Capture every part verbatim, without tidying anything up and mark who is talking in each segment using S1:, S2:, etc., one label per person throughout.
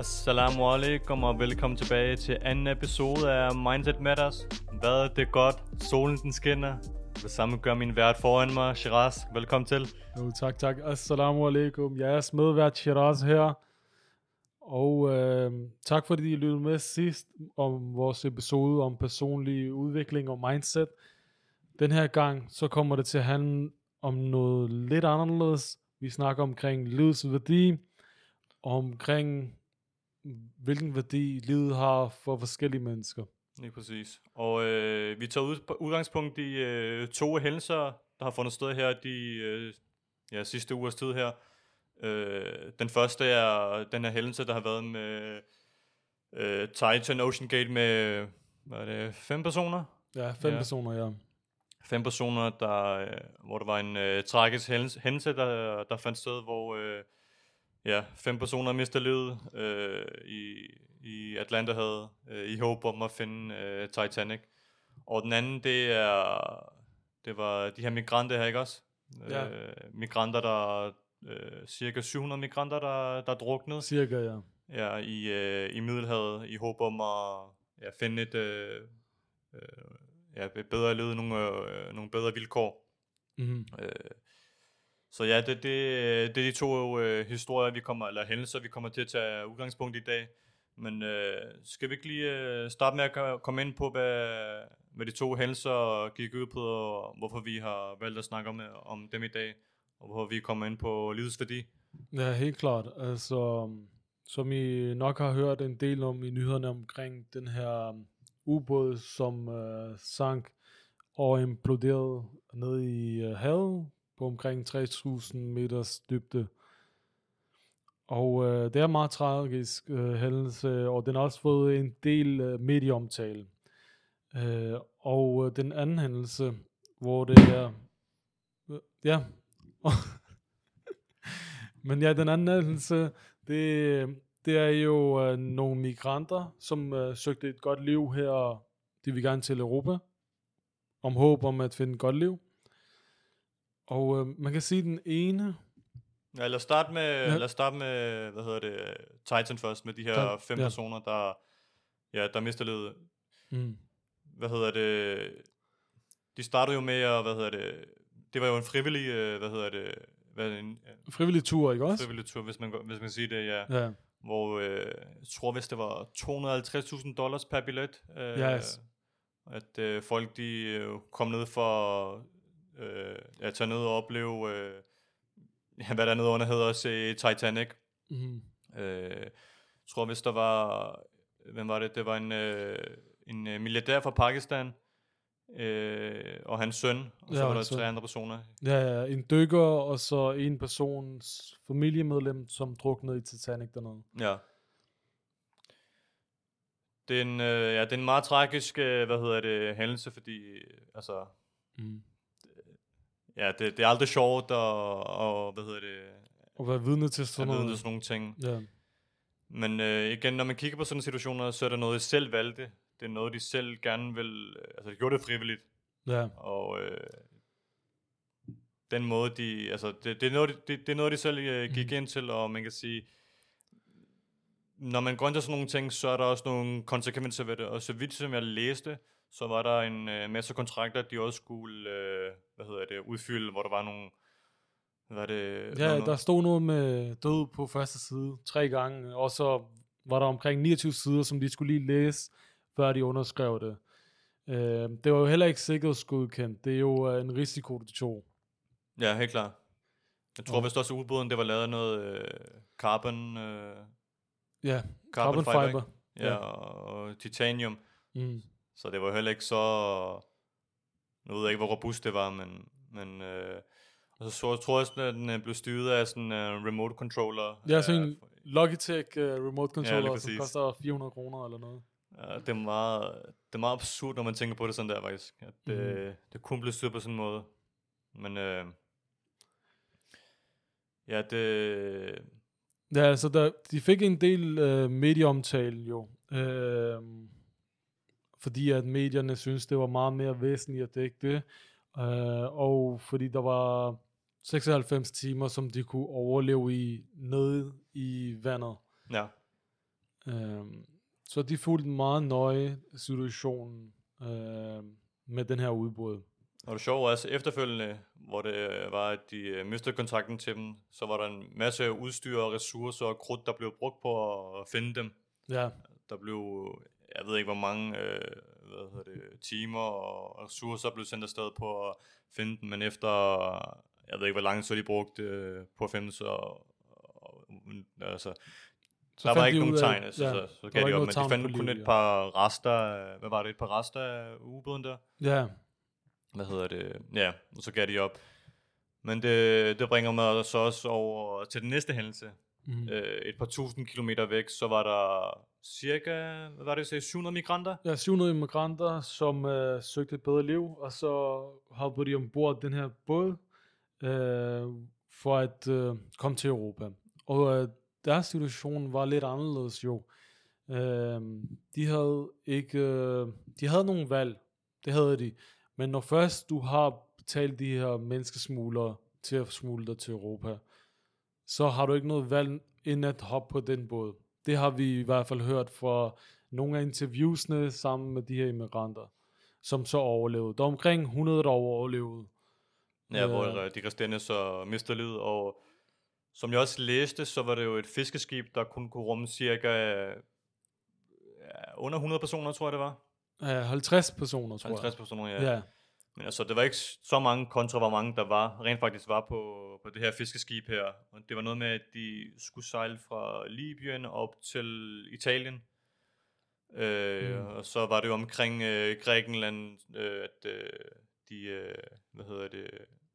S1: Assalamu alaikum og velkommen tilbage til anden episode af Mindset Matters. Hvad det er godt, solen den skinner. Det samme gør min vært foran mig, Shiraz. Velkommen til.
S2: Jo, tak, tak. Assalamu alaikum. Jeg er medvært Shiraz her. Og øh, tak fordi I lyttede med sidst om vores episode om personlig udvikling og mindset. Den her gang, så kommer det til at handle om noget lidt anderledes. Vi snakker omkring livets værdi, omkring hvilken værdi livet har for forskellige mennesker.
S1: Lige præcis. Og øh, vi tager ud, udgangspunkt i øh, to hændelser, der har fundet sted her de øh, ja, sidste ugers tid her. Øh, den første er den her hændelse, der har været med øh, Titan Ocean Gate med hvad er det, fem personer?
S2: Ja, fem
S1: ja.
S2: personer, ja.
S1: Fem personer, der, øh, hvor der var en øh, tragisk hændelse, der, der fandt sted, hvor øh, ja, fem personer mistede livet øh, i, i Atlanterhavet øh, i håb om at finde øh, Titanic. Og den anden, det er det var de her migranter her, ikke også?
S2: Ja.
S1: Øh, migranter, der øh, cirka syv hundrede migranter, der, der druknede.
S2: Cirka, ja.
S1: Ja, i, øh, i Middelhavet i håb om at ja, finde et øh, øh, ja, bedre liv, nogle, øh, nogle bedre vilkår.
S2: Mm-hmm.
S1: Øh, så ja, det, det, det er de to øh, historier, vi kommer, eller hændelser, vi kommer til at tage udgangspunkt i dag. Men øh, skal vi ikke lige øh, starte med at komme ind på, hvad, hvad de to hændelser gik ud på, og hvorfor vi har valgt at snakke om, om dem i dag, og hvorfor vi kommer ind på livets værdi?
S2: Ja, helt klart. Altså, som I nok har hørt en del om i nyhederne omkring den her ubåd, som øh, sank og imploderede ned i øh, havet på omkring tre tusind meters dybde. Og øh, det er en meget tragisk øh, hændelse, og den har også fået en del øh, medieomtale. Øh, og øh, den anden hændelse, hvor det er... Øh, ja. Men ja, den anden hændelse, det, det er jo øh, nogle migranter, som øh, søgte et godt liv her, de vil gerne til Europa, om håb om at finde et godt liv. Og øh, man kan sige den ene...
S1: Ja, lad os starte med, ja. lad os starte med hvad hedder det, Titan først, med de her ja, fem ja. personer, der, ja, der mister livet. Mm. Hvad hedder det, de startede jo med at, hvad hedder det, det var jo en frivillig, hvad hedder det, hvad en,
S2: frivillig tur, ikke også?
S1: Frivillig tur, hvis man, hvis man kan sige det, ja.
S2: ja.
S1: Hvor, øh, jeg tror hvis det var to hundrede og halvtreds tusind dollars per billet, øh,
S2: yes.
S1: at øh, folk de øh, kom ned for øh, at tage ned og opleve, øh, ja, hvad der nede under hedder, at se Titanic. Mm-hmm. Øh, jeg tror hvis der var, hvem var det, det var en, øh, en øh, milliardær fra Pakistan, Øh, og hans søn, og ja, så var der tre andre personer.
S2: Ja, ja, en dykker, og så en persons familiemedlem, som druknede i Titanic dernede.
S1: Ja. Det er en, øh, ja, det er en meget tragisk, øh, hvad hedder det, hændelse, fordi, altså, mm. ja, det, det er aldrig sjovt, og, og hvad hedder det,
S2: at være vidne til sådan,
S1: vidne til sådan nogle ting.
S2: Ja.
S1: Men øh, igen, når man kigger på sådan situationer, så er der noget, de selv valgte. Det er noget, de selv gerne vil... Altså, de gjorde det frivilligt.
S2: Ja.
S1: Og øh, den måde, de... Altså, det, det, er, noget, det, det er noget, de selv øh, gik mm. ind til, og man kan sige... Når man går ind til sådan nogle ting, så er der også nogle konsekvenser ved det. Og så vidt som jeg læste, så var der en øh, masse kontrakter, de også skulle... Øh, hvad hedder det? Udfylde, hvor der var nogle... Hvad er det?
S2: Ja,
S1: nogle,
S2: der stod noget med død på første side tre gange, og så var der omkring niogtyve sider, som de skulle lige læse, før de underskrev det. Øh, det var jo heller ikke sikkerhedsgodkendt. Det er jo uh, en risiko, de tog.
S1: Ja, helt klart. Jeg tror ja. vist også, at ubåden, det var lavet noget øh, carbon... Øh,
S2: ja,
S1: carbon,
S2: carbon fiber.
S1: fiber. Ja, ja, og titanium. Mm. Så det var heller ikke så... Nu ved jeg ikke, hvor robust det var, men... men øh, og så, så tror jeg, at den blev styret af sådan en uh, remote controller.
S2: Ja, sådan en Logitech uh, remote controller,
S1: ja,
S2: som koster fire hundrede kroner eller noget.
S1: Ja, det er meget, det er meget absurd, når man tænker på det sådan der, faktisk. At det, mm. det kun blev styret på sådan en måde. Men øh, ja, det...
S2: Ja, altså, der, de fik en del øh, medieomtale jo. Øh, fordi at medierne synes det var meget mere væsentligt at dække det. Øh, og fordi der var seksoghalvfems timer, som de kunne overleve i nede i vandet.
S1: Ja.
S2: Øh, så de fulgte meget nøje situationen øh, med den her udbrud.
S1: Og det sjove er, altså efterfølgende, hvor det var, at de uh, mistede kontakten til dem, så var der en masse udstyr og ressourcer og krudt, der blev brugt på at finde dem.
S2: Ja.
S1: Der blev, jeg ved ikke hvor mange øh, hvad hedder det, timer og ressourcer blev sendt afsted på at finde dem, men efter, jeg ved ikke hvor lang tid de brugte øh, på at finde så, og, og, altså, så der var ikke nogen tegn, altså, ja, så, så, så gav de op, men de fandt kun et par rester, hvad var det, et par rester af ubåden der?
S2: Ja.
S1: Hvad hedder det? Ja, og så gav de op. Men det, det bringer mig så også over til den næste hændelse. Mm. Øh, et par tusind kilometer væk, så var der cirka, hvad var det, så syv hundrede migranter?
S2: Ja, syv hundrede migranter, som øh, søgte et bedre liv, og så hoppede de ombord den her båd, øh, for at øh, komme til Europa. Og øh, deres situation var lidt anderledes jo. Øh, de havde ikke, øh, de havde nogle valg, det havde de. Men når først du har betalt de her menneskesmuglere til at smugle dig til Europa, så har du ikke noget valg end at hoppe på den båd. Det har vi i hvert fald hørt fra nogle af interviewsene sammen med de her immigranter, som så overlevede. Der er omkring hundrede, der overlevede.
S1: Ja, hvor uh, de resterende så mistede livet. Og som jeg også læste, så var det jo et fiskeskib, der kun kunne rumme cirka ja, under hundrede personer, tror jeg det var.
S2: Ja, halvtreds personer, tror
S1: halvtreds
S2: jeg.
S1: personer, ja. ja. Men altså, det var ikke så mange kontra, hvor mange der var, rent faktisk var på, på det her fiskeskib her. Og det var noget med, at de skulle sejle fra Libyen op til Italien. Øh, mm. Og så var det jo omkring øh, Grækenland, øh, at øh, de, øh, hvad hedder det,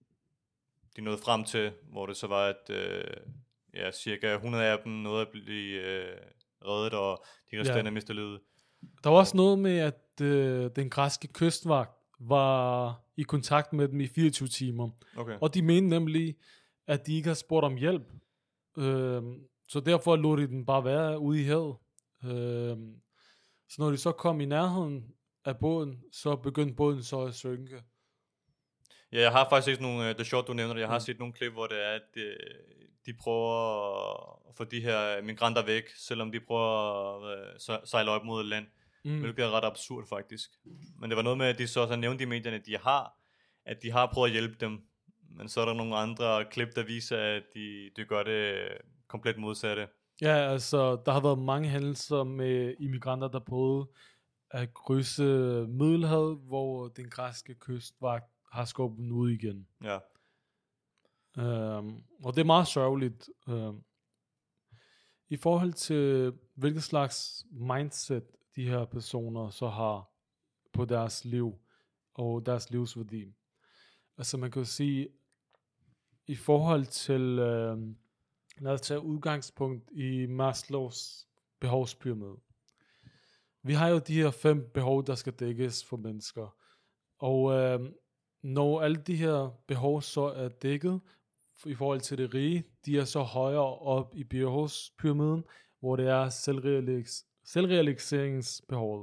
S1: de nåede frem til, hvor det så var, at øh, ja, cirka hundrede af dem nåede at blive øh, reddet, og de resterende ja. mistede livet.
S2: Der var også noget med, at øh, den græske kystvagt var i kontakt med dem i fireogtyve timer.
S1: Okay.
S2: Og de mente nemlig, at de ikke har spurgt om hjælp. Øh, så derfor lod de den bare være ude i havet. Øh, så når de så kom i nærheden af båden, så begyndte båden så at synke.
S1: Ja, jeg har faktisk set nogle, det er sjovt du nævner det, jeg har mm. set nogle klip, hvor det er, at de, de prøver at få de her migranter væk, selvom de prøver at sejle op mod land. Mm. Hvilket er ret absurd faktisk. Men det var noget med, at de så, så nævnte i medierne, at de har, at de har prøvet at hjælpe dem. Men så er der nogle andre klip, der viser, at de, de gør det komplet modsatte.
S2: Ja, altså, der har været mange hændelser med immigranter, der prøvede at krydse Middelhavet, hvor den græske kystvagt har skubbet den ud igen.
S1: Ja.
S2: Øhm, og det er meget sørgeligt. Øhm, I forhold til, hvilket slags mindset de her personer så har på deres liv og deres livsværdi. Altså man kan jo sige, i forhold til, øh, lad os tage udgangspunkt i Maslows behovspyramide. Vi har jo de her fem behov, der skal dækkes for mennesker. Og øh, når alle de her behov så er dækket i forhold til det rige, de er så højere op i behovspyramiden, hvor det er selvrealisering. selvrealiseringsbehovet.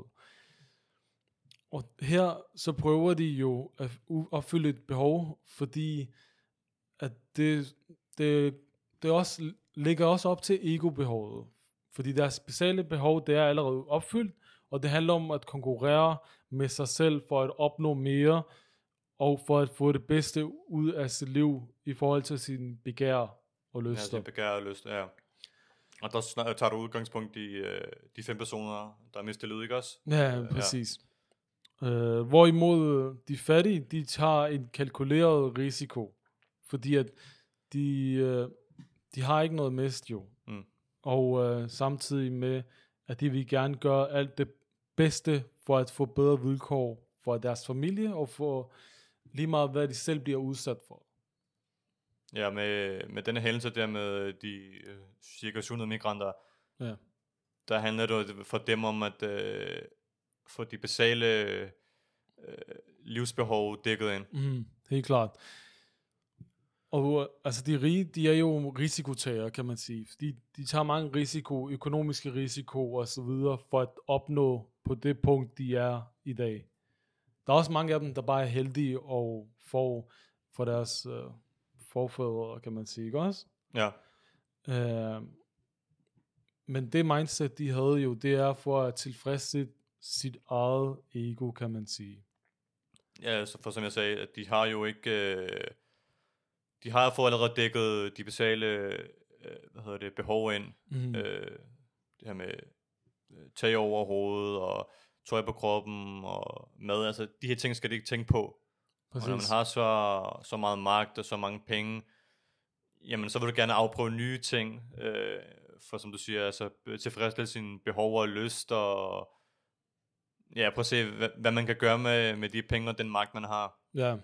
S2: Og her så prøver de jo at opfylde et behov, fordi at det, det, det også ligger også op til ego-behovet. Fordi deres specielle behov, det er allerede opfyldt, og det handler om at konkurrere med sig selv for at opnå mere, og for at få det bedste ud af sit liv i forhold til sin begær og lyster.
S1: Ja, sin begær og lyster, ja. Og der tager du udgangspunkt i øh, de fem personer, der mistede livet, ikke også?
S2: Ja, præcis. Ja. Øh, hvorimod de fattige, de tager en kalkuleret risiko, fordi at de, øh, de har ikke noget mest jo. Mm. Og øh, samtidig med, at de vil gerne gøre alt det bedste for at få bedre vilkår for deres familie, og for lige meget, hvad de selv bliver udsat for.
S1: Ja, med, med denne hændelse der med de øh, cirka syv hundrede migranter,
S2: ja.
S1: Der handler det for dem om at øh, få de basale øh, livsbehov dækket ind.
S2: Mm, helt klart. Og altså de rige, de er jo risikotager, kan man sige. De, de tager mange risiko, økonomiske risiko og så videre, for at opnå på det punkt, de er i dag. Der er også mange af dem, der bare er heldige og får for deres øh, forfædre, kan man sige, ikke også?
S1: Ja.
S2: Øh, Men det mindset, de havde jo, det er for at tilfredsstille sit eget ego, kan man sige.
S1: Ja, så for som jeg sagde, at de har jo ikke, øh, de har fået allerede dækket de basale, øh, hvad hedder det, behov ind. Mm. Øh, det her med øh, tag over hovedet og tøj på kroppen og mad, altså de her ting skal de ikke tænke på. Præcis. Og når man har så, så meget magt og så mange penge, jamen så vil du gerne afprøve nye ting, øh, for som du siger, altså tilfredsstille sine behov og lyst, og ja, prøv at se, hvad, hvad man kan gøre med, med de penge og den magt, man har.
S2: Ja.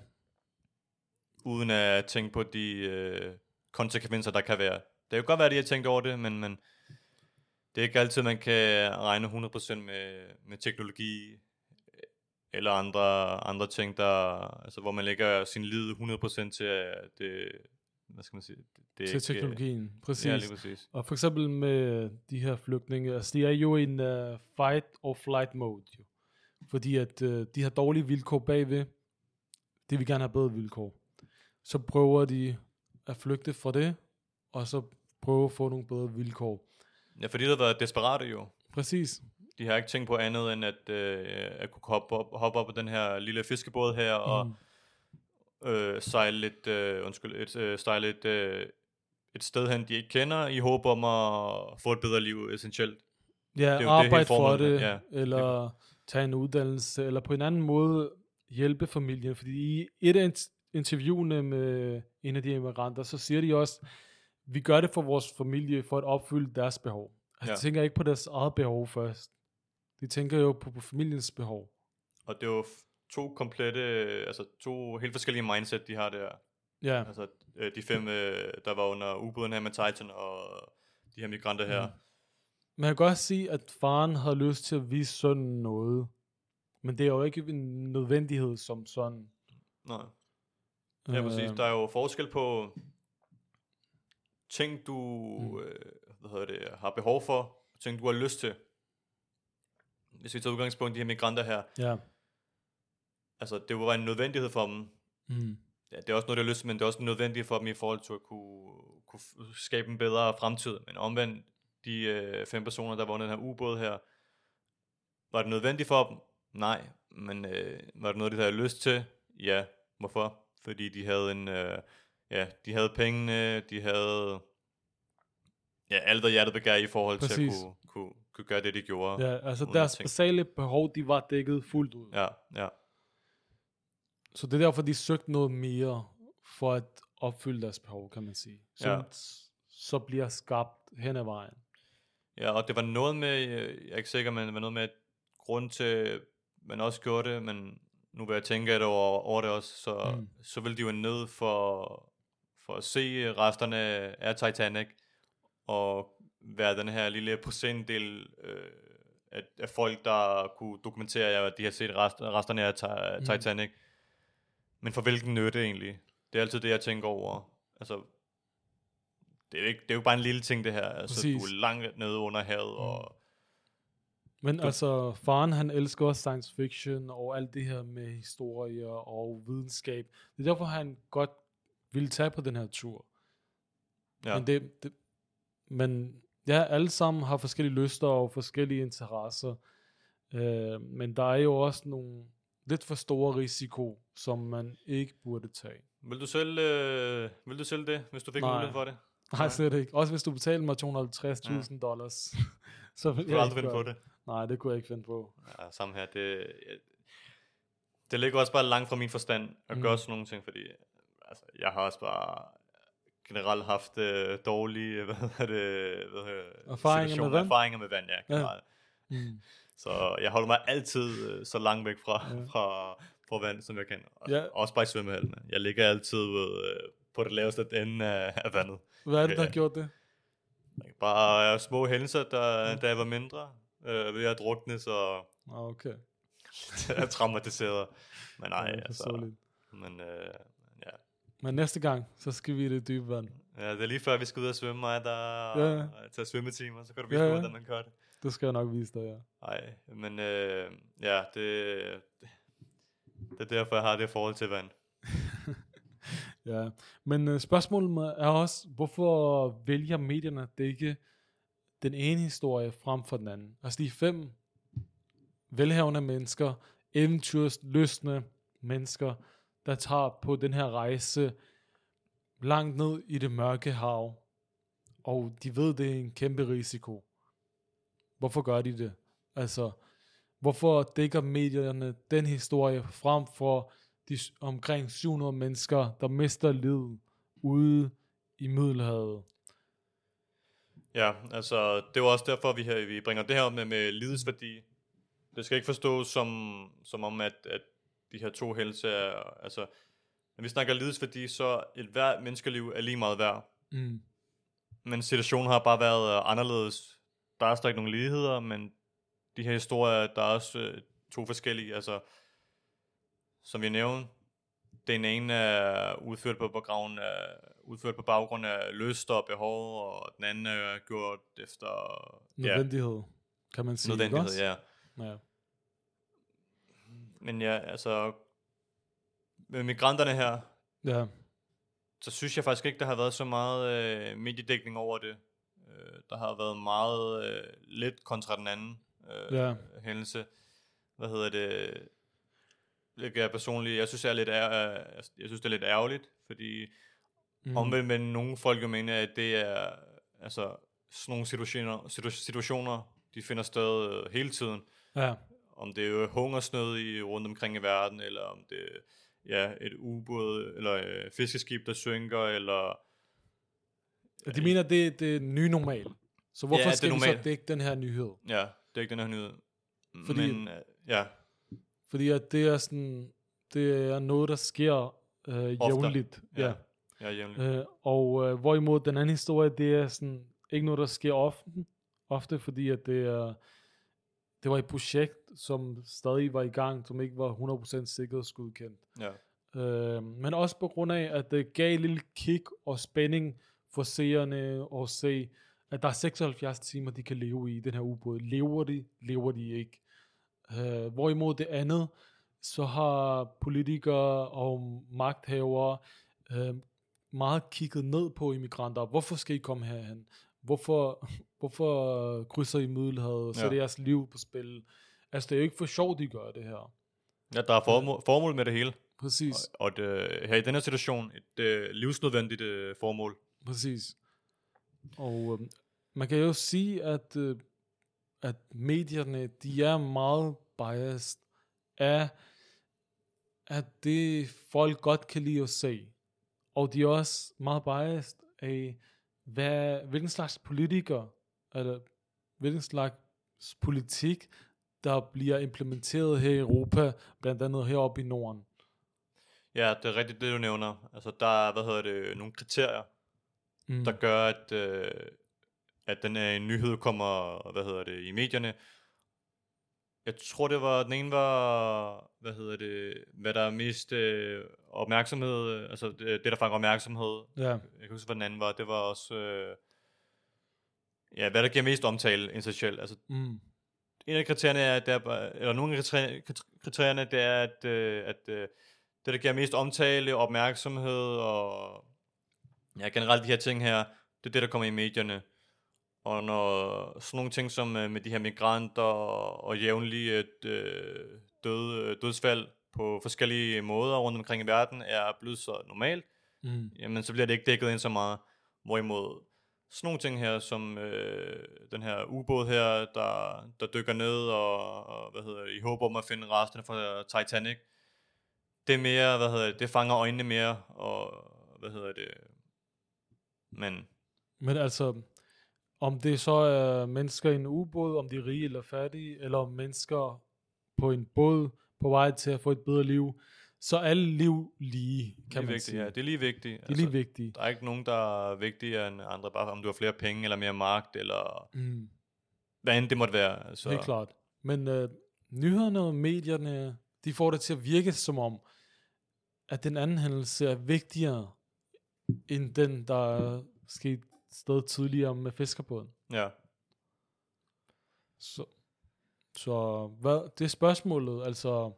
S2: Uden
S1: at tænke på de øh, konsekvenser, der kan være. Det kan godt være, at de har tænkt over det, men, men det er ikke altid, man kan regne hundrede procent med, med teknologi, eller andre, andre ting, der, altså, hvor man lægger sin lid hundrede procent til, at det, hvad skal man sige? Det, det
S2: til ikke, teknologien, præcis.
S1: Ja, lige præcis.
S2: Og for eksempel med de her flygtninge, altså de er jo i en uh, fight or flight mode, jo. Fordi at uh, de har dårlige vilkår bagved, de vil gerne have bedre vilkår. Så prøver de at flygte fra det, og så prøve at få nogle bedre vilkår.
S1: Ja, fordi de har været desperate jo.
S2: Præcis.
S1: De har ikke tænkt på andet end at, øh, at kunne hoppe op, hoppe op på den her lille fiskebåd her, mm. og øh, sejle lidt, øh, undskyld, et, øh, sejle et, øh, et sted hen, de ikke kender, i håb om at få et bedre liv, essentielt.
S2: Ja, det arbejde det for det, ja. Eller tage en uddannelse, eller på en anden måde hjælpe familien. Fordi i et af interviewene med en af de immigranter, så siger de også, vi gør det for vores familie, for at opfylde deres behov. Altså, ja. De tænker ikke på deres eget behov først. De tænker jo på, på familiens behov.
S1: Og det er jo to komplette, altså to helt forskellige mindset, de har der.
S2: Ja.
S1: Altså de fem, der var under ubåden her med Titan, og de her migranter her. Ja.
S2: Man kan godt sige, at faren havde lyst til at vise sønnen noget. Men det er jo ikke en nødvendighed som sådan.
S1: Nej. Ja, præcis. Der er jo forskel på ting, du mm. øh, hvad hedder det, har behov for, ting, du har lyst til. Hvis vi tager udgangspunkt i de her migranter her.
S2: Ja.
S1: Altså, det var en nødvendighed for dem.
S2: Mm.
S1: Ja, det er også noget, de har lyst til, men det er også nødvendigt for dem i forhold til at kunne, kunne skabe en bedre fremtid. Men omvendt, de øh, fem personer, der var under den her ubåd her, var det nødvendigt for dem? Nej. Men øh, var det noget, de havde lyst til? Ja. Hvorfor? Fordi de havde en, øh, ja, de havde pengene, de havde, ja, alt hvad hjertet begær i forhold Præcis. til at kunne, kunne, kunne gøre det, de gjorde.
S2: Ja, altså deres basale behov, de var dækket fuldt ud.
S1: Ja, ja.
S2: Så det er derfor, de søgte noget mere for at opfylde deres behov, kan man sige. Så, ja. så bliver skabt hen ad vejen.
S1: Ja, og det var noget med, jeg er ikke sikker, men det var noget med, at grund til, man også gjorde det, men nu vil jeg tænke at over, over det også, så, mm. så ville de jo ned for, for at se resterne af Titanic, og være den her lille procentdel øh, af, af folk, der kunne dokumentere, at de har set rest, resterne af ta- mm. Titanic. Men for hvilken nytte egentlig? Det er altid det, jeg tænker over. Altså, det er jo, ikke, det er jo bare en lille ting, det her. Altså, Præcis. Du er langt nede under havet, mm. og
S2: Men du... altså, faren han elsker også science fiction og alt det her med historier og videnskab. Det er derfor, han godt ville tage på den her tur.
S1: Ja.
S2: Men, det, det, men ja, alle sammen har forskellige lyster og forskellige interesser. Øh, men der er jo også nogle lidt for store risiko, som man ikke burde tage.
S1: Vil du selv, øh, vil du selv det, hvis du fik mulighed for det?
S2: Nej, slet ikke. Også hvis du betaler mig to hundrede og halvtreds tusind ja. dollars. Så vil
S1: du jeg aldrig finde på det.
S2: Nej, det kunne jeg ikke finde på.
S1: Ja, samme her. Det, det ligger også bare langt fra min forstand at mm. gøre sådan nogle ting, fordi altså, jeg har også bare generelt haft øh, dårlige hvad hedder det, hvad hedder,
S2: erfaringer, med vand.
S1: erfaringer med vand. Ja, ja. Mm. Så jeg holder mig altid øh, så langt væk fra, ja. fra, fra vand, som jeg kan. Og, ja. Også bare i svømmehallene. Jeg ligger altid øh, på det laveste ende af, af vandet.
S2: Hvad er det, der har gjort det?
S1: Bare små hændelser, der, ja. da jeg var mindre. Øh, ved at drukne, så
S2: okay.
S1: jeg er traumatiseret. Men nej, ja, altså. Men, øh, ja.
S2: Men næste gang, så skal vi i det dybe vand.
S1: Ja, det er lige før, vi skal ud og svømme, mig der ja. tager svømmetimer, så kan du vise
S2: ja,
S1: mig, hvordan man gør det.
S2: Det skal jeg nok vise dig, ja.
S1: Nej, men øh, ja, det, det er derfor, jeg har det forhold til vand.
S2: Ja, men øh, spørgsmålet er også, hvorfor vælger medierne at dække den ene historie frem for den anden. Altså de fem velhavende mennesker, eventyrslystne mennesker, der tager på den her rejse langt ned i det mørke hav, og de ved, det er en kæmpe risiko. Hvorfor gør de det? Altså, hvorfor dækker medierne den historie frem for de omkring syv hundrede mennesker, der mister livet ude i Middelhavet?
S1: Ja, altså, det var også derfor, vi, her, vi bringer det her op med, med lidelsesværdi. Det skal ikke forstås som, som om, at, at de her to helse er, altså, når vi snakker lidelsesværdi, så et hvert menneskeliv er lige meget værd.
S2: Mm.
S1: Men situationen har bare været anderledes. Der er stadig nogle ligheder, men de her historier, der er også øh, to forskellige, altså, som vi nævnte, den ene er udført på, baggrund af, udført på baggrund af lyst og behov, og den anden er gjort efter
S2: nødvendighed, ja, kan man sige.
S1: Nødvendighed, ja.
S2: ja.
S1: Men ja, altså, med migranterne her,
S2: ja.
S1: så synes jeg faktisk ikke, der har været så meget øh, mediedækning over det. Øh, der har været meget øh, lidt kontra den anden øh, ja. hændelse. Hvad hedder det? Det er personligt, jeg synes, jeg, er lidt ær- jeg synes, det er lidt ærgerligt, fordi mm. omvendt, men nogle folk jo mener, at det er, altså, sådan nogle situationer, situ- situationer, de finder sted hele tiden.
S2: Ja.
S1: Om det er jo hungersnød i, rundt omkring i verden, eller om det er ja, et ubåd, eller øh, fiskeskib, der synker, eller...
S2: De øh, mener, det, det er ny normal. Så hvorfor ja, skal vi så dække den her nyhed?
S1: Ja, dække den her nyhed.
S2: Fordi,
S1: Men, øh, ja.
S2: Fordi at det er sådan, det er noget, der sker øh, jævnligt.
S1: Ja, ja, ja jævnligt.
S2: Øh, og øh, hvorimod den anden historie, det er sådan, ikke noget, der sker ofte, ofte fordi at det er... Det var et projekt, som stadig var i gang, som ikke var hundrede procent sikkerhedsgodkendt.
S1: Ja.
S2: Øh, men også på grund af, at det gav en lille kick og spænding for seerne at se, at der er seksoghalvfjerds timer, de kan leve i den her ubåd. Lever de? Lever de ikke? Øh, hvorimod det andet, så har politikere og magthavere øh, meget kigget ned på immigranter. Hvorfor skal I komme herhen? Hvorfor, hvorfor krydser I Middelhavet og sætter ja. jeres liv på spil? Altså, det er jo ikke for sjovt, de gør det her.
S1: Ja, der er formål, formål med det hele.
S2: Præcis.
S1: Og, og det, her i denne situation, et uh, livsnødvendigt uh, formål.
S2: Præcis. Og øh, man kan jo sige, at, øh, at medierne, de er meget biased af, at det folk godt kan lide at se. Og de er også meget biased af, hvad, hvilken slags politiker, eller hvilken slags politik, der bliver implementeret her i Europa, blandt andet heroppe i Norden.
S1: Ja, det er rigtigt det, du nævner. Altså, der er, hvad hedder det, nogle kriterier, mm. der gør, at, øh, at den her nyhed kommer, hvad hedder det, i medierne. Jeg tror, det var, den ene var, hvad hedder det, hvad der er mest øh, opmærksomhed, altså det, det, der fanger opmærksomhed.
S2: Ja.
S1: Jeg kan huske, hvad den anden var. Det var også, øh, ja, hvad der giver mest omtale essentielt. Altså,
S2: mm.
S1: en af kriterierne er, at der er, eller nogle af kriterierne, det er, at, øh, at øh, det, der giver mest omtale, opmærksomhed og ja, generelt de her ting her, det er det, der kommer i medierne. Og når sådan nogle ting som øh, med de her migranter og, og jævnlige øh, død, dødsfald på forskellige måder rundt omkring i verden er blevet så normalt, mm. jamen så bliver det ikke dækket ind så meget. Hvorimod sådan nogle ting her, som øh, den her ubåd her, der, der dykker ned og, og hvad hedder det, i håb om at finde resterne fra Titanic, det er mere, hvad hedder det, det fanger øjnene mere, og hvad hedder det, men...
S2: Men altså... Om det så er mennesker i en ubåd, om de er rige eller fattige, eller om mennesker på en båd på vej til at få et bedre liv, så er alle liv lige, kan
S1: lige
S2: man
S1: vigtigt,
S2: sige.
S1: Ja, det er lige vigtigt.
S2: Det er altså, lige vigtigt.
S1: Der er ikke nogen, der er vigtigere end andre, bare om du har flere penge, eller mere magt, eller mm. hvad end det måtte være. Altså.
S2: Helt klart. Men øh, nyhederne og medierne, de får det til at virke som om, at den anden hændelse er vigtigere, end den, der er sket sted tidligere med fiskerbåden.
S1: Ja.
S2: Så, så hvad, det er spørgsmålet, altså,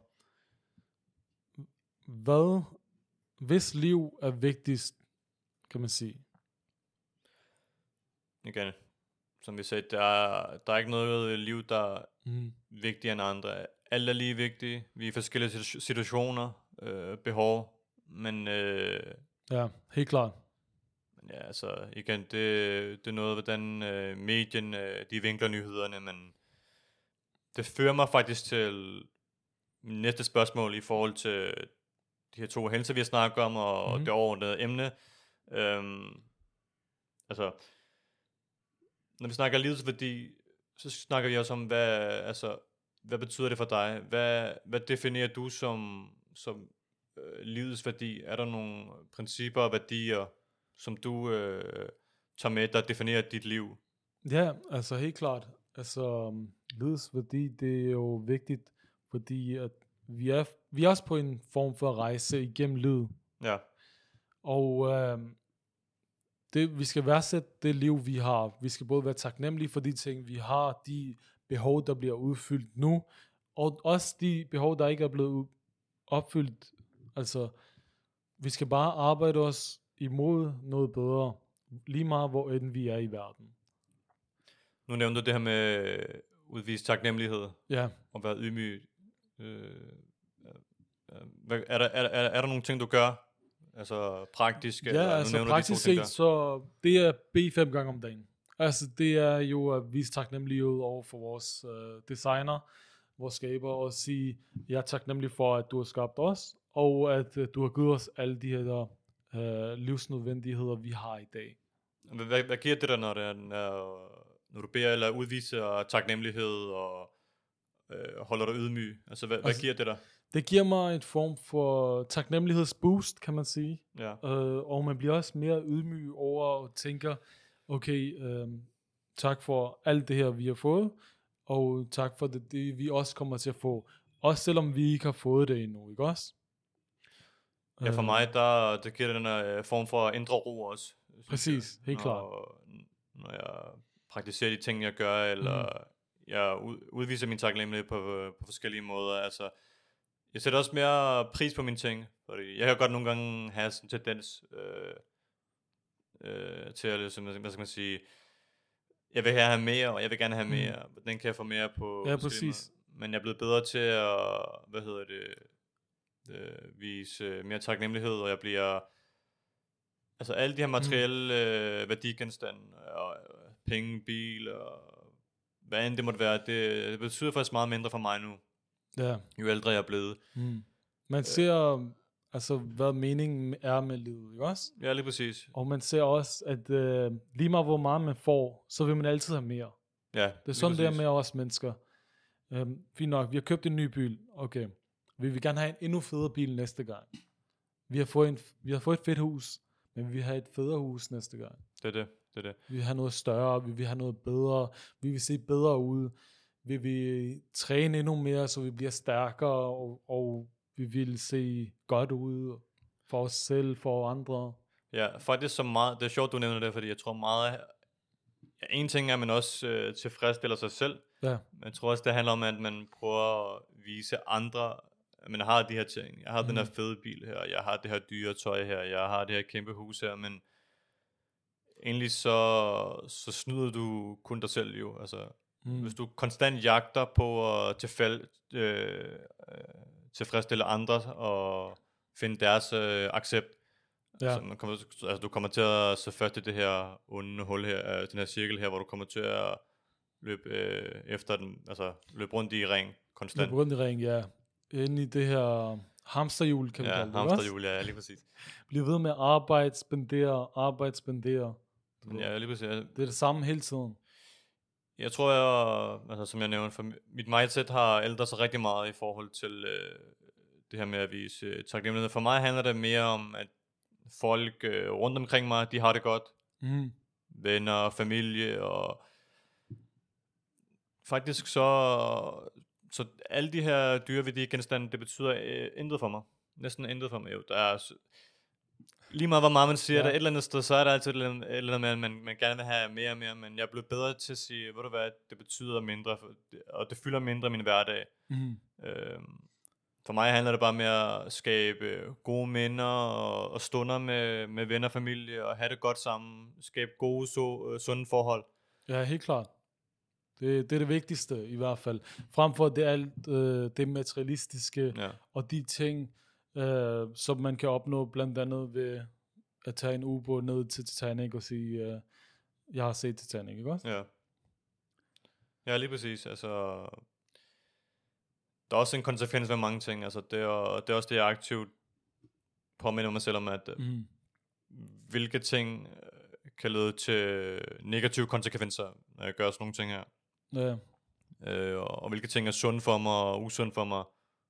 S2: hvad, hvis liv er vigtigst, kan man sige?
S1: Igen, som vi sagde, der er, der er ikke noget liv, der er
S2: Mm.
S1: vigtigere end andre. Alt er lige vigtigt. Vi er i forskellige situ- situationer, øh, behov, men, øh,
S2: Ja, helt klart.
S1: men ja, altså igen, det, det er noget, hvordan øh, medien, øh, de vinkler nyhederne, men det fører mig faktisk til min næste spørgsmål i forhold til de her to hændelser, vi har snakket om, og
S2: Mhm.
S1: det overordnede emne. Øhm, altså, når vi snakker lidelsesværdi, så snakker vi også om, hvad, altså, hvad betyder det for dig? Hvad, hvad definerer du som, som øh, livsværdi? Er der nogle principper og værdier, som du øh, tager med, der definerer dit liv?
S2: Ja, altså helt klart. Altså, um, lidelsesværdi, det er jo vigtigt, fordi at vi er, vi er også på en form for rejse igennem livet.
S1: Ja,
S2: Og øhm, det, vi skal værdsætte det liv, vi har. Vi skal både være taknemmelige for de ting, vi har, de behov, der bliver udfyldt nu, og også de behov, der ikke er blevet u- opfyldt. Altså, vi skal bare arbejde os imod noget bedre, lige meget hvor end vi er i verden.
S1: nu nævnte du det her med udvist taknemmelighed
S2: Ja,
S1: og være ydmyg. Øh, øh, hvad, er, der, er, er, er der nogle ting, du gør? Altså praktisk?
S2: ja
S1: eller, nu
S2: altså
S1: nævner du de to
S2: praktisk
S1: ting
S2: set,
S1: der.
S2: så det er bede fem gange om dagen. Altså det er jo at vise taknemmelighed over for vores øh, designer, vores skaber, og sige, jeg er taknemmelig for, at du har skabt os, og at øh, du har givet os alle de her øh, livsnødvendigheder, vi har i dag.
S1: Hvad, hvad, hvad giver det dig, når, det er, når, når du beder eller udviser taknemmelighed og øh, holder dig ydmyg? Altså, hvad, altså, hvad
S2: Altså-
S1: giver det dig?
S2: Det giver mig en form for taknemmelighedsboost, kan man sige.
S1: Ja.
S2: Øh, og man bliver også mere ydmyg over og tænker, okay, øh, tak for alt det her, vi har fået, og tak for det, det, vi også kommer til at få. Også selvom vi ikke har fået det endnu, ikke også?
S1: Ja, for
S2: Øh,
S1: mig, der, det giver den her øh, form for indre ro også. synes
S2: Præcis,
S1: jeg.
S2: helt klart.
S1: når, Når jeg praktiserer de ting, jeg gør, eller mm. jeg ud, udviser min taknemmelighed på, på forskellige måder. Altså, jeg sætter også mere pris på mine ting, fordi jeg kan godt nogle gange have sådan en tendens øh, øh, til at, ligesom, hvad skal man sige, jeg vil have mere, og jeg vil gerne have mere, mm. den kan jeg få mere på.
S2: Ja,
S1: forskellige
S2: præcis.
S1: måder. Men jeg er blevet bedre til at, hvad hedder det, øh, vise mere taknemmelighed, og jeg bliver, altså alle de her materielle øh, værdigenstande, og øh, penge, bil, og hvad end det måtte være, det, det betyder faktisk meget mindre for mig nu,
S2: Ja.
S1: jo ældre jeg er blevet.
S2: Mm. Man ser, altså, hvad meningen er med livet, ikke også?
S1: Ja, lige præcis.
S2: Og man ser også, at øh, lige meget hvor meget man får, så vil man altid have mere.
S1: Ja,
S2: Det er
S1: lige
S2: sådan, det er
S1: præcis.
S2: med os mennesker. Øhm, fint nok, vi har købt en ny bil. Okay. Vi vil gerne have en endnu federe bil næste gang. Vi har fået, en, vi har fået et fedt hus, men vi vil have et federe hus næste gang.
S1: Det er det, det er det.
S2: Vi vil have noget større, vi vil have noget bedre, vi vil se bedre ud. Vi vil træne endnu mere, så vi bliver stærkere, og, og vi vil se godt ud for os selv, for andre.
S1: Ja, faktisk så meget, det er sjovt, du nævner det, fordi jeg tror meget, ja, en ting er, at man også øh, tilfredsstiller sig selv,
S2: Ja.
S1: men jeg tror også, det handler om, at man prøver at vise andre, at man har de her ting. Jeg har mm. den her fede bil her, jeg har det her dyre tøj her, jeg har det her kæmpe hus her, men egentlig så, så snyder du kun dig selv jo. Altså, mm. hvis du konstant jagter på at tilfælde, øh, øh, tilfredsstille andre og finde deres øh, accept,
S2: Ja.
S1: så man kommer, altså, du kommer til at se først i det her onde hul her, øh, den her cirkel her, hvor du kommer til at løbe øh, efter den, altså løbe rundt i ring konstant.
S2: Løbe rundt i ring, ja. Inde i det her hamsterhjul, kan vi
S1: Ja,
S2: kalde det,
S1: hamsterhjul, ja, lige præcis.
S2: Bliv ved med at arbejde, spendere, arbejde, spendere.
S1: Men ja, lige præcis.
S2: Det er det samme hele tiden.
S1: Jeg tror, jeg, altså som jeg nævnte, for mit mindset har ændret sig rigtig meget i forhold til øh, det her med at vise øh, taknemmelighed. For mig handler det mere om, at folk øh, rundt omkring mig, de har det godt.
S2: Mm.
S1: Venner, familie, og faktisk så, så alle de her dyrevædige genstande, det betyder øh, intet for mig. Næsten intet for mig. Jo, der er, lige meget hvor meget man siger, ja. Der et eller andet sted, så er der altid et eller andet, et eller andet med, at man, man gerne vil have mere og mere, men jeg er blevet bedre til at sige, ved du hvad, det betyder mindre, og det fylder mindre i min hverdag.
S2: Mm.
S1: Øhm, for mig handler det bare med at skabe gode minder og, og stunder med, med venner og familie, og have det godt sammen, skabe gode, så, sunde forhold.
S2: Ja, helt klart. Det, det er det vigtigste i hvert fald. Frem for det alt øh, det materialistiske,
S1: Ja.
S2: og de ting, øh, som man kan opnå blandt andet ved at tage en ubåd ned til Titanic og sige, øh, jeg har set Titanic, ikke også?
S1: Ja. Ja, lige præcis. Altså, der er også en konsekvens ved mange ting. Altså, det er, det er også det, jeg aktivt påminder mig selv om, at
S2: Mm.
S1: hvilke ting øh, kan lede til negative konsekvenser, når jeg gør sådan nogle ting her.
S2: Ja.
S1: Øh, og, og hvilke ting er sunde for mig og usunde for mig.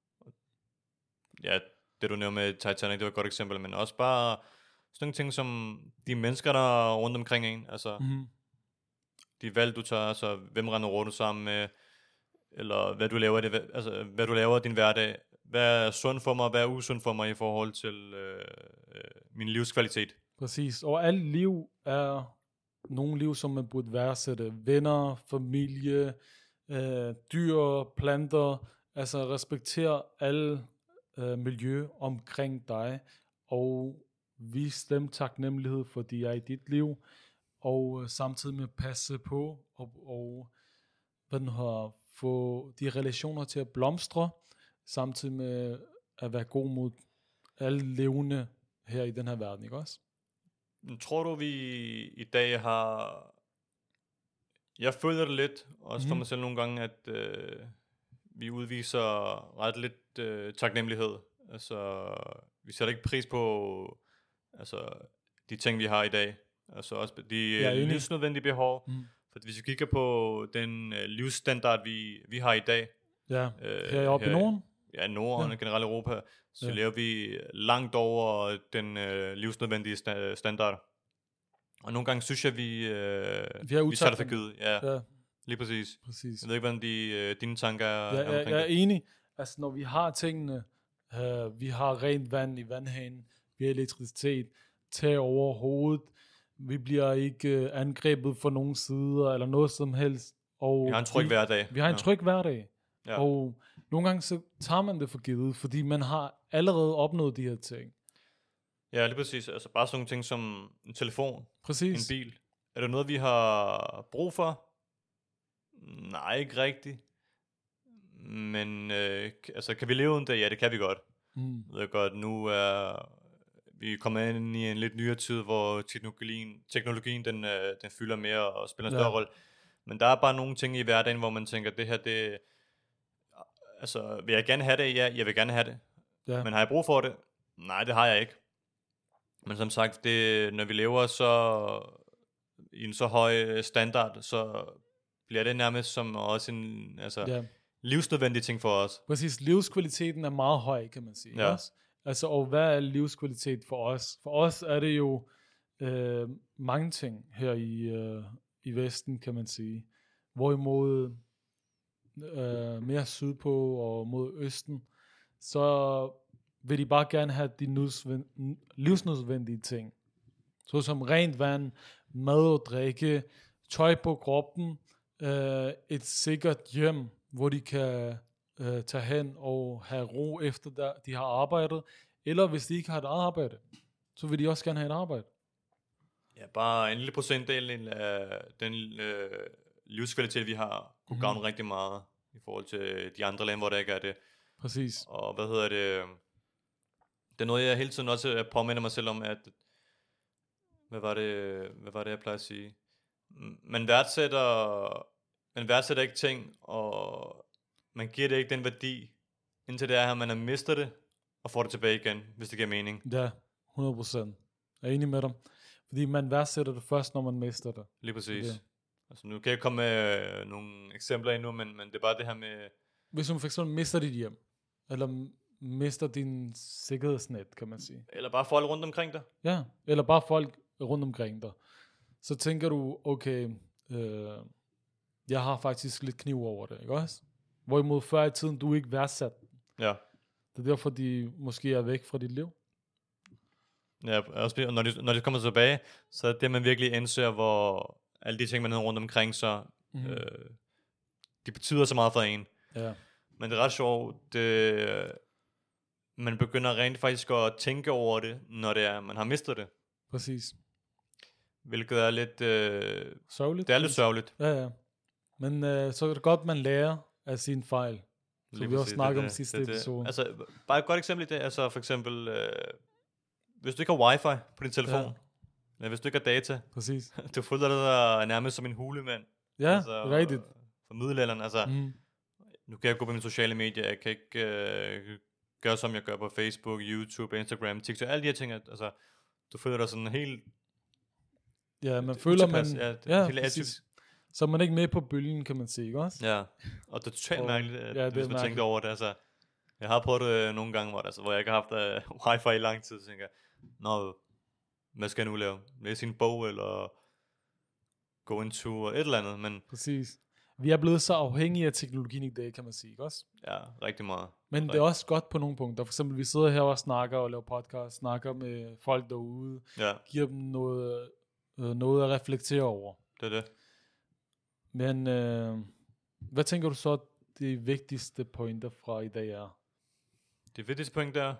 S1: Ja, det du nævner med Titanic, det var et godt eksempel, men også bare sådan nogle ting som de mennesker, der er rundt omkring en. Altså,
S2: Mm.
S1: de valg, du tager, altså hvem render rundt sammen med, eller hvad du laver, det, altså, hvad du laver i din hverdag. Hvad er sundt for mig, hvad er usundt for mig i forhold til øh, øh, min livskvalitet.
S2: Præcis. Og alt liv er nogle liv, som man burde værdsætte. Venner, familie, øh, dyr, planter. Altså respektere alle øh, miljø omkring dig, og vis dem taknemmelighed, for de er i dit liv, og øh, samtidig med passe på, og, og hvad den har, få de relationer til at blomstre, samtidig med at være god mod alle levende her i den her verden, ikke også?
S1: Tror du, vi i dag har... Jeg føler det lidt, også for
S2: Mhm.
S1: mig selv nogle gange, at øh, vi udviser ret lidt øh, taknemmelighed. Altså, vi sætter ikke pris på altså, de ting, vi har i dag. Altså også de
S2: Jeg er
S1: øh,
S2: enig.
S1: livsnødvendige behov.
S2: Mm.
S1: For hvis vi kigger på den øh, livsstandard, vi, vi har i dag,
S2: Ja,
S1: øh,
S2: her oppe i Norden.
S1: ja, Norden
S2: Ja.
S1: og generelt Europa, så
S2: Ja.
S1: lever vi langt over den øh, livsnødvendige sta- standard. Og nogle gange synes jeg, vi, øh,
S2: Vi er
S1: vi tager det for
S2: utaknemmelige.
S1: givet. Ja,
S2: Ja,
S1: lige præcis.
S2: præcis.
S1: Jeg ved ikke, hvordan de, øh, dine tanker er,
S2: Ja,
S1: er
S2: jeg,
S1: omkring
S2: jeg er
S1: det.
S2: enig. Altså, når vi har tingene, øh, vi har rent vand i vandhanen, vi har elektricitet, tag over hovedet, vi bliver ikke øh, angrebet fra nogen sider, eller noget som helst. Og
S1: Vi har en tryg
S2: vi,
S1: hverdag.
S2: vi har en
S1: Ja.
S2: tryg hverdag.
S1: Ja.
S2: Og nogle gange så tager man det for givet, fordi man har allerede opnået de her ting.
S1: Ja, lige præcis. Altså bare sådan nogle ting som en telefon,
S2: Præcis.
S1: en bil. Er det noget, vi har brug for? Nej, ikke rigtigt. Men øh, k- altså, kan vi leve uden det? Ja, det kan vi godt.
S2: Mm.
S1: Jeg ved godt, nu er vi kommet ind i en lidt nyere tid, hvor teknologien, teknologien den, øh, den fylder mere og spiller en
S2: Ja.
S1: større rolle. Men der er bare nogle ting i hverdagen, hvor man tænker, det her, det... Altså, vil jeg gerne have det? Ja, jeg vil gerne have det.
S2: Ja.
S1: Men har jeg brug for det? Nej, det har jeg ikke. Men som sagt, det, når vi lever så i en så høj standard, så bliver det nærmest som også en altså,
S2: Ja.
S1: livsnødvendig ting for os.
S2: Præcis, livskvaliteten er meget høj, kan man sige.
S1: Ja.
S2: Også? Altså, og hvad er livskvalitet for os? For os er det jo øh, mange ting her i, øh, i Vesten, kan man sige. Hvorimod øh, mere sydpå og mod Østen, så vil de bare gerne have de nudsven- livsnødvendige ting. Såsom rent vand, mad og drikke, tøj på kroppen, øh, et sikkert hjem, hvor de kan øh, tage hen og have ro efter, der, de har arbejdet. Eller hvis de ikke har et arbejde, så vil de også gerne have et arbejde.
S1: Ja, bare en lille procentdel af den øh, livskvalitet, vi har, kunne
S2: Mhm.
S1: gavne rigtig meget i forhold til de andre lande, hvor der ikke er det.
S2: Præcis.
S1: Og hvad hedder det? Det er noget, jeg hele tiden også påminder mig selv om, at hvad var det, hvad var det jeg plejer at sige? M- Man værdsætter, man værdsætter ikke ting, og man giver det ikke den værdi, indtil det er, at man har mistet det, og får det tilbage igen, hvis det giver mening.
S2: Ja, hundrede procent. Jeg er enig med dig. Fordi man værdsætter det først, når man mister det.
S1: Lige præcis.
S2: Ja.
S1: Altså, nu kan jeg ikke komme med øh, nogle eksempler endnu, men, men det er bare det her med...
S2: Hvis du for eksempel mister dit hjem, eller m- mister din sikkerhedsnet, kan man sige.
S1: Eller bare folk rundt omkring dig.
S2: Ja, eller bare folk rundt omkring dig. Så tænker du, okay, øh, jeg har faktisk lidt kniv over det, ikke også? Hvorimod før i tiden, du ikke værdsat den.
S1: Ja.
S2: Det er derfor, de måske er væk fra dit liv.
S1: Ja, også, og når de, når de kommer tilbage, så er det, man virkelig indser, hvor alle de ting, man har rundt omkring, så
S2: Mm.
S1: øh, de betyder så meget for en.
S2: Ja,
S1: Men det er ret sjovt, det, man begynder rent faktisk at tænke over det, når det er, man har mistet det.
S2: præcis.
S1: hvilket er lidt... Øh,
S2: sørgeligt.
S1: Det er lidt sørgeligt.
S2: Ja, ja. Men øh, så er det godt, man lærer af sin fejl. Så lige vi også snakker om sidste det, episode.
S1: Altså, bare et godt eksempel i det, altså for eksempel, øh, hvis du ikke har wifi på din telefon, ja. Eller hvis du ikke har data,
S2: præcis.
S1: Du føler dig nærmest som en hulemand.
S2: Ja,
S1: altså,
S2: rigtigt.
S1: For middelalderen, altså,
S2: mm.
S1: nu kan jeg gå på mine sociale medier, jeg kan ikke øh, gøre som jeg gør på Facebook, YouTube, Instagram, TikTok, alle de her ting, altså, du føler dig sådan helt...
S2: Ja, man føler, man...
S1: Ja,
S2: ja
S1: helt
S2: præcis. Så er man ikke med på bølgen, kan man sige, ikke også?
S1: Ja, og det er totalt og, mærkeligt, at,
S2: ja,
S1: hvis man tænker over det, altså... Jeg har prøvet det nogle gange, hvor, altså, hvor jeg ikke har haft uh, wifi i lang tid, så tænker jeg, nå, hvad skal jeg nu lave? Læse en bog, eller gå en tur, et eller andet, men...
S2: Præcis. Vi er blevet så afhængige af teknologien i dag, kan man sige, ikke også?
S1: Ja, rigtig meget.
S2: Men rigtig. Det er også godt på nogle punkter. For eksempel, vi sidder her og snakker og laver podcast, snakker med folk derude,
S1: ja.
S2: Giver dem noget, øh, noget at reflektere over.
S1: Det er det.
S2: Men øh, hvad tænker du så, de vigtigste pointer fra i dag er?
S1: Det vigtigste point er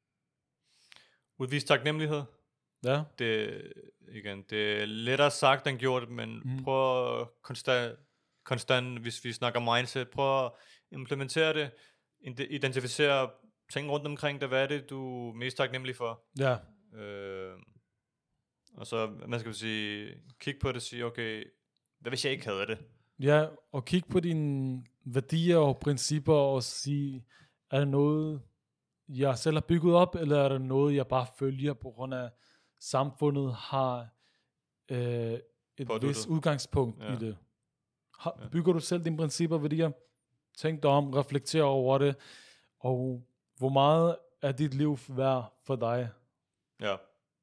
S1: udvise taknemmelighed.
S2: Ja.
S1: Det, igen, det er lettere sagt end gjort, men mm. prøv konstant, konstant, hvis vi snakker mindset, prøv at implementere det, identificere ting rundt omkring det, hvad er det, du er mest taknemmelig for.
S2: Ja.
S1: Øh, og så, man skal sige, kig på det og sige, okay, hvad hvis jeg ikke havde det?
S2: Ja, og kig på dine værdier og principper og sige, er det noget, jeg selv har bygget op, eller er det noget, jeg bare følger på grund af samfundet har øh, et vis udgangspunkt ja. I det. Har, bygger du selv dine principper og værdier? Tænk dig om, reflekter over det, og hvor meget er dit liv værd for dig?
S1: Ja.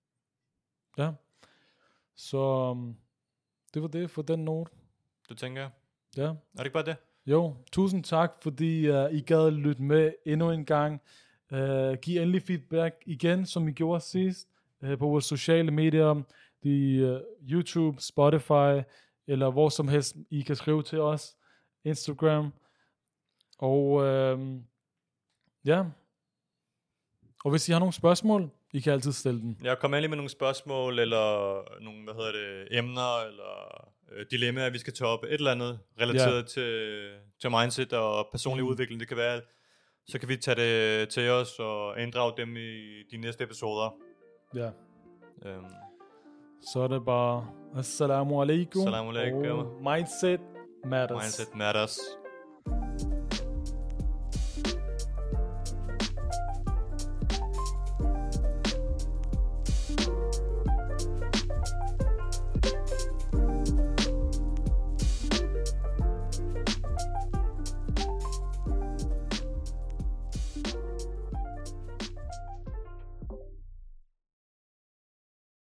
S2: Ja. Så um, det var det for den note.
S1: Det tænker jeg.
S2: Ja.
S1: Er det ikke bare det?
S2: Jo, tusind tak, fordi uh, I gad lytte med endnu en gang. Uh, giv endelig feedback igen, som I gjorde sidst, uh, på vores sociale medier, de, uh, YouTube, Spotify, eller hvor som helst, I kan skrive til os, Instagram, og uh, ja, og hvis I har nogle spørgsmål, I kan altid stille dem.
S1: Jeg kommer endelig med nogle spørgsmål, eller nogle, hvad hedder det, emner, eller øh, dilemmaer, vi skal tage op, et eller andet, relateret ja. til, til mindset og personlig mm. udvikling, det kan være, så kan vi tage det til os, og inddrage dem i de næste episoder.
S2: Ja.
S1: Øhm.
S2: Så er det bare, assalamu alaikum,
S1: Assalamu alaikum.
S2: og mindset matters.
S1: Mindset matters.